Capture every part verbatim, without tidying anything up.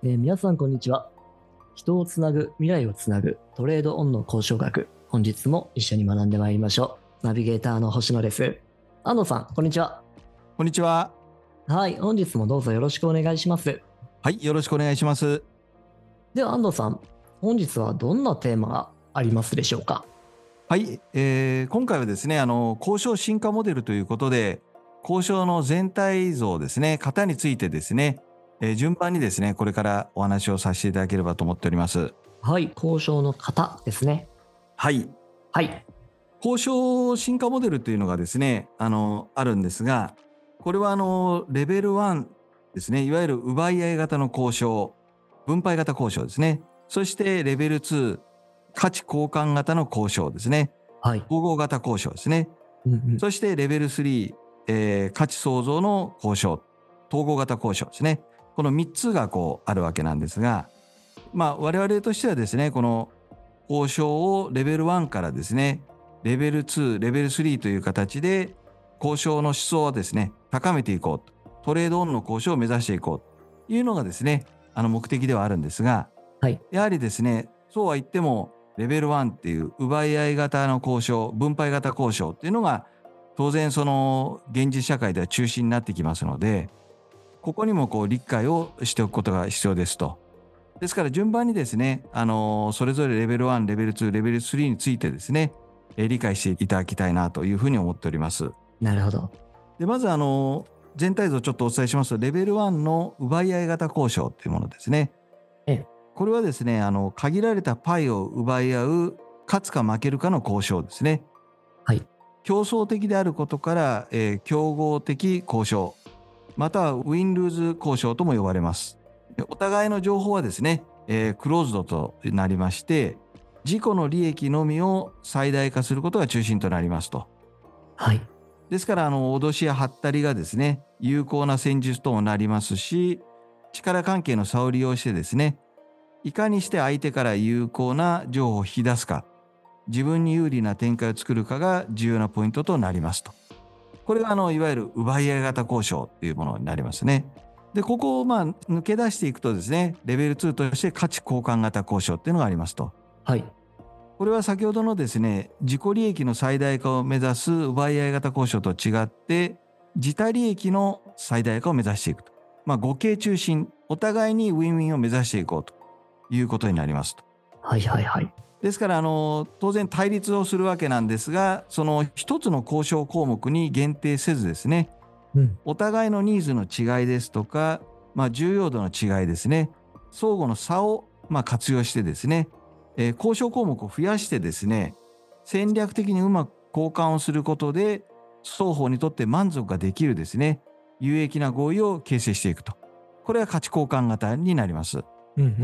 えー皆さんこんにちは。人をつなぐ、未来をつなぐトレードオンの交渉学。本日も一緒に学んでまいりましょう。ナビゲーターの星野です。安藤さん、こんにちは。 こんにちは。 はい、本日もどうぞよろしくお願いします。 はい、よろしくお願いします。 では安藤さん、本日はどんなテーマがありますでしょうか？ はい、えー今回はですね、あの交渉進化モデルということで、交渉の全体像ですね、型についてですね、えー順番にですね、これからお話をさせていただければと思っております。 はい、交渉の型ですね。 はい、 はい。 交渉進化モデルというのがですね、あのあるんですが、これはあのレベルいちですね、いわゆる奪い合い型の交渉、分配型交渉ですね。そしてレベルに、価値交換型の交渉ですね。 はい。 統合型交渉ですね。 うんうん。 そしてレベルさん、えー価値創造の交渉、統合型交渉ですね。このみっつがこうあるわけなんですが、まあ我々としてはですね、この交渉をレベルいちからですね、レベルに、レベルさんという形で交渉の質をですね、高めていこうと。トレードオンの交渉を目指していこうというのがですね、あの目的ではあるんですが、 はい。 やはりですね、そうは言ってもレベルいちっていう奪い合い型の交渉、分配型交渉っていうのが当然その現実社会では中心になってきますので、ここにもこう理解をしておくことが必要ですと。ですから順番にですね、あのーそれぞれレベルいち、レベルに、レベルさんについてですね、えー理解していただきたいなというふうに思っております。 なるほど。 で、まずあのー全体像をちょっとお伝えしますと、レベルいちの奪い合い型交渉というものですね。 ええ。 これはですね、あの限られたパイを奪い合う勝つか負けるかの交渉ですね。 はい。 競争的であることから、えー競合的交渉、またはウィン・ルーズ交渉とも呼ばれます。でお互いの情報はですね、えークローズドとなりまして、自己の利益のみを最大化することが中心となりますと。 はい。 ですから、あの脅しやハったりがですね、有効な戦術ともなりますし、力関係の差を利用してですね、いかにして相手から有効な情報を引き出すか、自分に有利な展開を作るかが重要なポイントとなりますと。これがあのいわゆる奪い合い型交渉というものになりますね。で、ここをまあ抜け出していくとですね、レベルにとして価値交換型交渉っていうのがありますと。 はい。 これは先ほどのですね、自己利益の最大化を目指す奪い合い型交渉と違って、自他利益の最大化を目指していくと。まあ、互恵中心、お互いにウィンウィンを目指していこうということになりますと。 はいはいはい。 ですからあの当然対立をするわけなんですが、その一つの交渉項目に限定せずですね、 うん。 お互いのニーズの違いですとか、まあ、重要度の違いですね、相互の差をまあ活用してですね、えー交渉項目を増やしてですね、戦略的にうまく交換をすることで双方にとって満足ができるですね、有益な合意を形成していくと。これは価値交換型になります。 うんうんうんうん。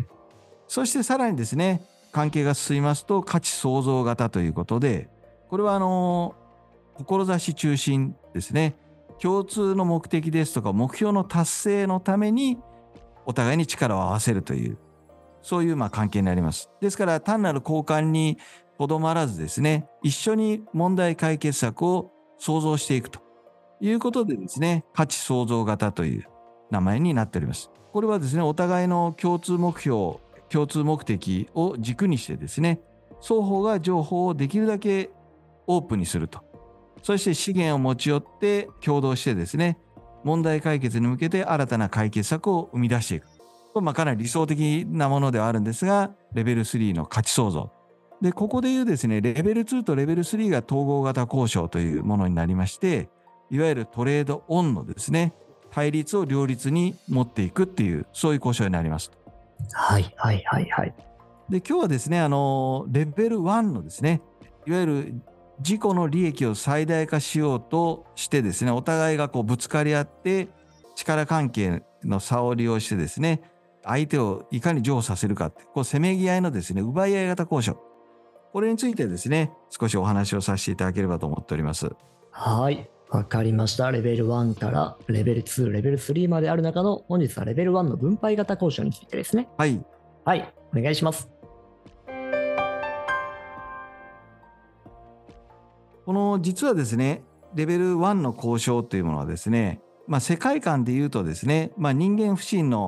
そしてさらにですね、関係が進みますと価値創造型ということで、これはあの志中心ですね。共通の目的ですとか目標の達成のためにお互いに力を合わせるという、そういうまあ関係になります。ですから単なる交換にとどまらずですね、一緒に問題解決策を創造していくということでですね、価値創造型という名前になっております。これはですね、お互いの共通目標、共通目的を軸にしてですね、双方が情報をできるだけオープンにすると。そして資源を持ち寄って共同してですね、問題解決に向けて新たな解決策を生み出していく。これまあかなり理想的なものではあるんですが、レベルさんの価値創造。で、ここでいうですね、レベルにとレベルさんが統合型交渉というものになりまして、いわゆるトレードオンのですね、対立を両立に持っていくっていう、そういう交渉になります。 はいはいはいはい。 で、今日はですね、あの、レベルいちのですね、いわゆる自己の利益を最大化しようとしてですね、お互いがこうぶつかり合って力関係の差を利用してですね、相手をいかに譲歩させるかって、こうせめぎ合いのですね、奪い合い型交渉。これについてですね、少しお話をさせていただければと思っております。 はい。わかりました。レベルいちからレベルに、レベルさんまである中の本日はレベルいちの分配型交渉についてですね。 はい。 はい。お願いします。 この実はですね、レベルいちの交渉というものはですね、まあ世界観で言うとですね、まあ人間不信の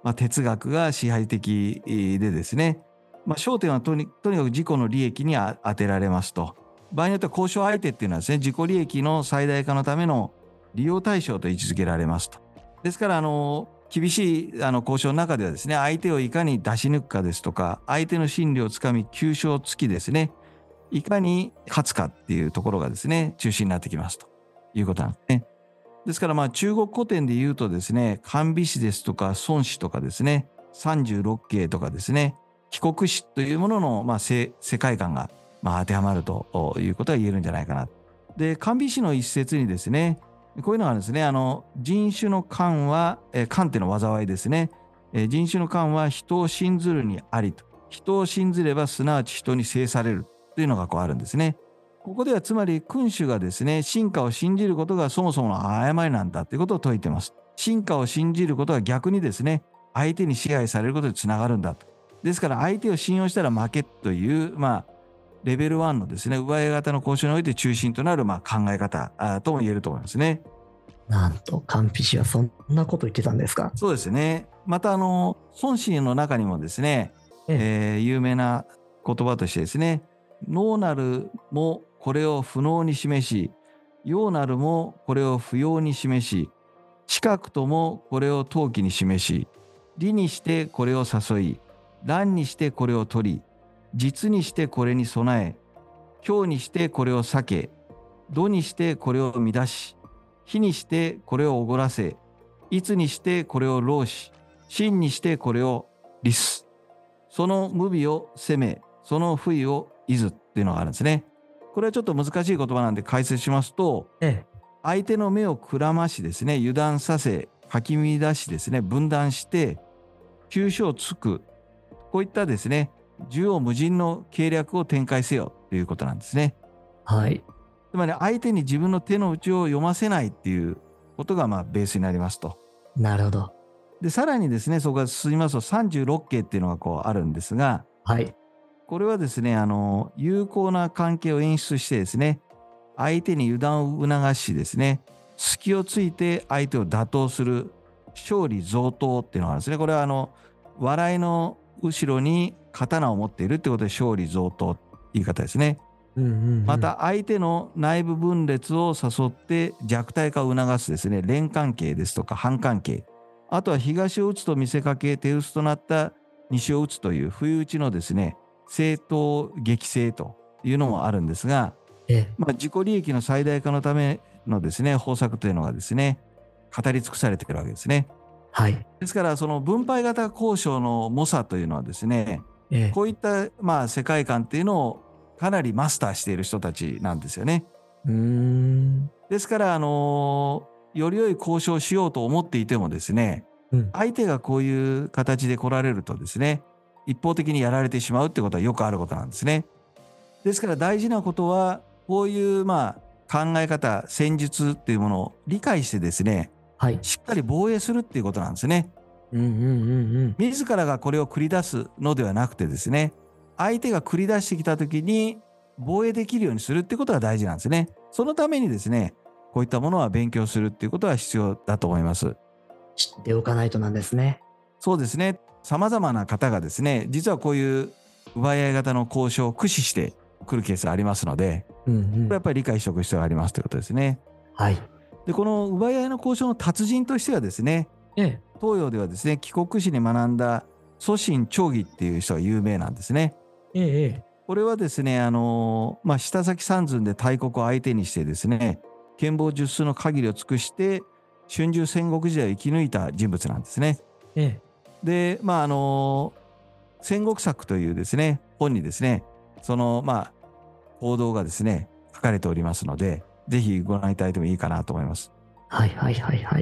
まあ、哲学が支配的でですね、まあ、焦点はとに、とにかく自己の利益にあ当てられますと。場合によっては交渉相手っていうのはですね、自己利益の最大化のための利用対象と位置づけられますと。ですから、あの、厳しいあの交渉の中ではですね、相手をいかに出し抜くかですとか、相手の心理をつかみ、急所をつきですね、いかに勝つかっていうところがですね、中心になってきますということなんですね。ですから、まあ中国古典で言うとですね、韓美詩ですとか孫詩とかですね、三十六景とかですね、帰国詩というものの、まあ、世界観が、まあ、当てはまるということが言えるんじゃないかな。で、韓美詩の一節にですね、こういうのがあるんですね。あの、人種の漢は、え漢っていうのは災いですね。え人種の漢は人を信ずるにありと。人を信ずればすなわち人に制されるというのがこうあるんですね。ここではつまり君主がですね、進化を信じることがそもそもの誤りなんだということを説いています。進化を信じることは逆にですね、相手に支配されることにつながるんだと。ですから相手を信用したら負けという、まあ、レベルワンのですね、奪い型の交渉において中心となるまあ考え方とも言えると思いますね。 なんと、韓非氏はそんなこと言ってたんですか。 そうですね。また、あの、孫子の中にもですね、ええー、有名な言葉としてですね、能なるもこれを不能に示し、用なるもこれを不要に示し、近くともこれを投機に示し、利にしてこれを誘い、乱にしてこれを取り、実にしてこれに備え、強にしてこれを避け、度にしてこれを乱し、日にしてこれをおごらせ、いつにしてこれを労し、真にしてこれを利す。その無備を責め、その不意をいずっていうのがあるんですね。これはちょっと難しい言葉なんで解説しますと、ええ、相手の目をくらましですね、油断させ、かき乱しですね、分断して、急所をつく。こういったですね、縦横無尽の計略を展開せよということなんですね。 はい。 つまり相手に自分の手の内を読ませないっていうことがまあベースになりますと。 なるほど。 で、さらにですね、そこが進みますとさんじゅうろっけいっていうのがこうあるんですが、 はい。 これはですね、あの、有効な関係を演出してですね、相手に油断を促しですね、隙をついて相手を打倒する勝利贈答っていうのがあるんですね。これはあの、笑いの後ろに刀を持っているってことで勝利贈答って言い方ですね。 うんうんうん、 また相手の内部分裂を誘って弱体化を促すですね、連関係ですとか反関係。あとは東を打つと見せかけ、手薄となった西を打つという不意打ちのですね、正当撃性というのもあるんですが、ええ、まあ、自己利益の最大化のためのですね、方策というのがですね、語り尽くされてくるわけですね。 はい。 ですから、その分配型交渉の猛者というのはですね、ええ、こういったまあ世界観っていうのをかなりマスターしている人たちなんですよね。 うーん。 ですから、あのー、より良い交渉をしようと思っていてもですね、うん、相手がこういう形で来られるとですね、一方的にやられてしまうってことはよくあることなんですね。ですから大事なことは、こういうまあ考え方、戦術っていうものを理解してですね、はい、しっかり防衛するっていうことなんですね。 うんうんうんうん。 自らがこれを繰り出すのではなくてですね、相手が繰り出してきたときに防衛できるようにするっていうことが大事なんですね。そのためにですね、こういったものは勉強するっていうことは必要だと思います。 知っておかないとなんですね。 そうですね。様々な方がですね、実はこういう奪い合い型の交渉を駆使してくるケースがありますので、うんうん、これはやっぱり理解しておく必要がありますということですね。 はい。 で、この奪い合いの交渉の達人としてはですね、ええ、東洋ではですね、帰国史に学んだ祖神長義っていう人が有名なんですね。ええ、これはですね、あのまあ、下崎三寸で大国を相手にしてですね、権謀術数の限りを尽くして春秋戦国時代を生き抜いた人物なんですね。ええ、で、まああの戦国策というですね本にですね、そのまあ報道がですね書かれておりますので、ぜひご覧いただいてもいいかなと思います。 はいはいはいはい。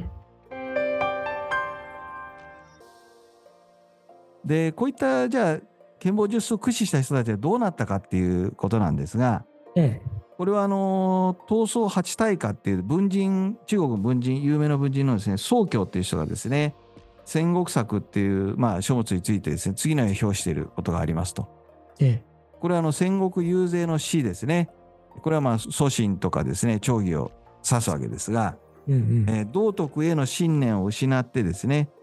で、こういったじゃあ権謀術数を駆使した人たちはどうなったかっていうことなんですが、ええ、これはあの闘争八大家っていう文人、中国の文人、有名な文人のですね、宋教っていう人がですね、戦国策っていうまあ書物についてですね、次のように表していることがありますと。ええ、これはあの戦国遊説の詩ですね。これはまあ祖神とかですね、長義を指すわけですが、うんうん、えー、道徳への信念を失ってですね、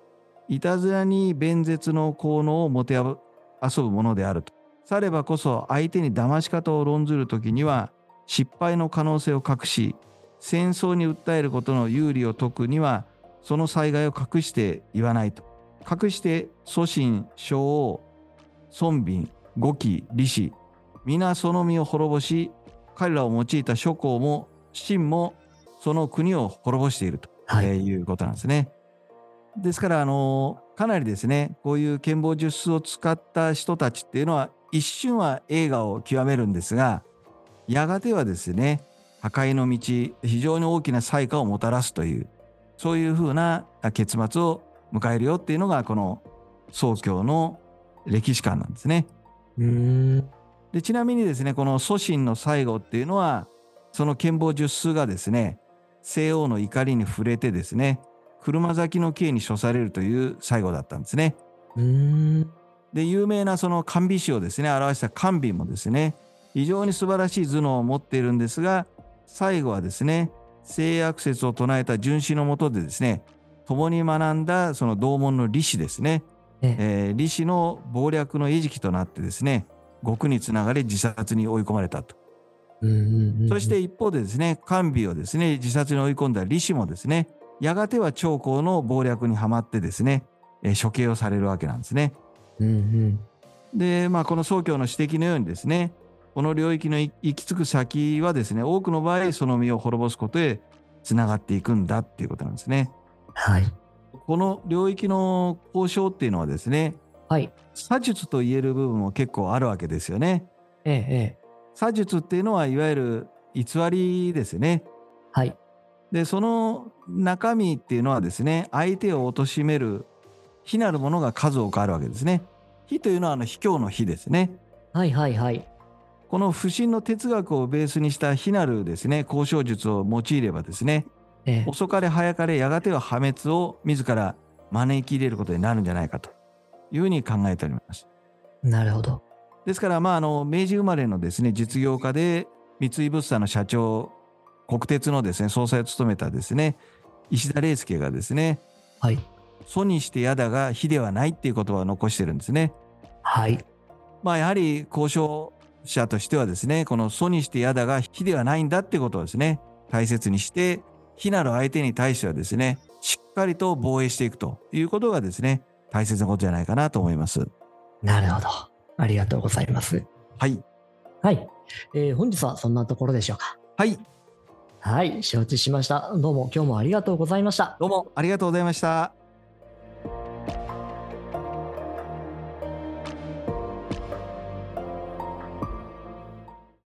いたずらに弁舌の効能をもてあぶ遊ぶものであると。さればこそ相手に騙し方を論ずるときには失敗の可能性を隠し、戦争に訴えることの有利を説くにはその災害を隠して言わないと。隠して祖神、将王、孫臏、呉貴、李氏、皆その身を滅ぼし、彼らを用いた諸侯も秦もその国を滅ぼしていると、 はいえーいうことなんですね。ですからあのかなりですね、こういう剣謀術数を使った人たちっていうのは一瞬は栄華を極めるんですが、やがてはですね、破壊の道、非常に大きな災禍をもたらすという、そういうふうな結末を迎えるよっていうのがこの宋教の歴史観なんですね。 うーん。 でちなみにですね、この祖神の最後っていうのはその剣謀術数がですね、西欧の怒りに触れてですね、車咲きの刑に処されるという最後だったんですね。 うーん。 で有名なその甘美師をですね表した甘美もですね、非常に素晴らしい頭脳を持っているんですが、最後はですね、性悪説を唱えた殉死のもとでですね、共に学んだその同門の李氏ですね、 ええ。 えー李氏の謀略の餌食となってですね、獄につながれ自殺に追い込まれたと。 うんうんうん。 そして一方でですね、甘美をですね自殺に追い込んだ李氏もですね、やがては長江の謀略にはまってですね、えー処刑をされるわけなんですね。 うんうん。 で、まあ、この宋教の指摘のようにですね、この領域の行き着く先はですね、多くの場合その身を滅ぼすことへつながっていくんだっていうことなんですね。 はい。 この領域の交渉っていうのはですね、 はい。 詐術と言える部分も結構あるわけですよね。 ええええ。 詐術っていうのはいわゆる偽りですね。 はい。 で、その中身っていうのはですね、相手を貶める非なるものが数多くあるわけですね。非というのはあの卑怯の非ですね。 はいはいはい。 この不信の哲学をベースにした非なるですね、交渉術を用いればですね、 ええ。 遅かれ早かれやがては破滅を自ら招き入れることになるんじゃないかというふうに考えております。 なるほど。 ですからまああの明治生まれのですね実業家で三井物産の社長、国鉄のですね総裁を務めたですね石田礼介がですね、 はい。 祖にしてやだが非ではないっていう言葉を残してるんですね。 はい。 まあやはり交渉者としてはですね、この祖にしてやだが非ではないんだってことをですね大切にして、非なる相手に対してはですねしっかりと防衛していくということがですね大切なことじゃないかなと思います。 なるほど。ありがとうございます。 はいはい。えー本日はそんなところでしょうか。 はいはい。承知しました。どうも今日もありがとうございました。 どうもありがとうございました。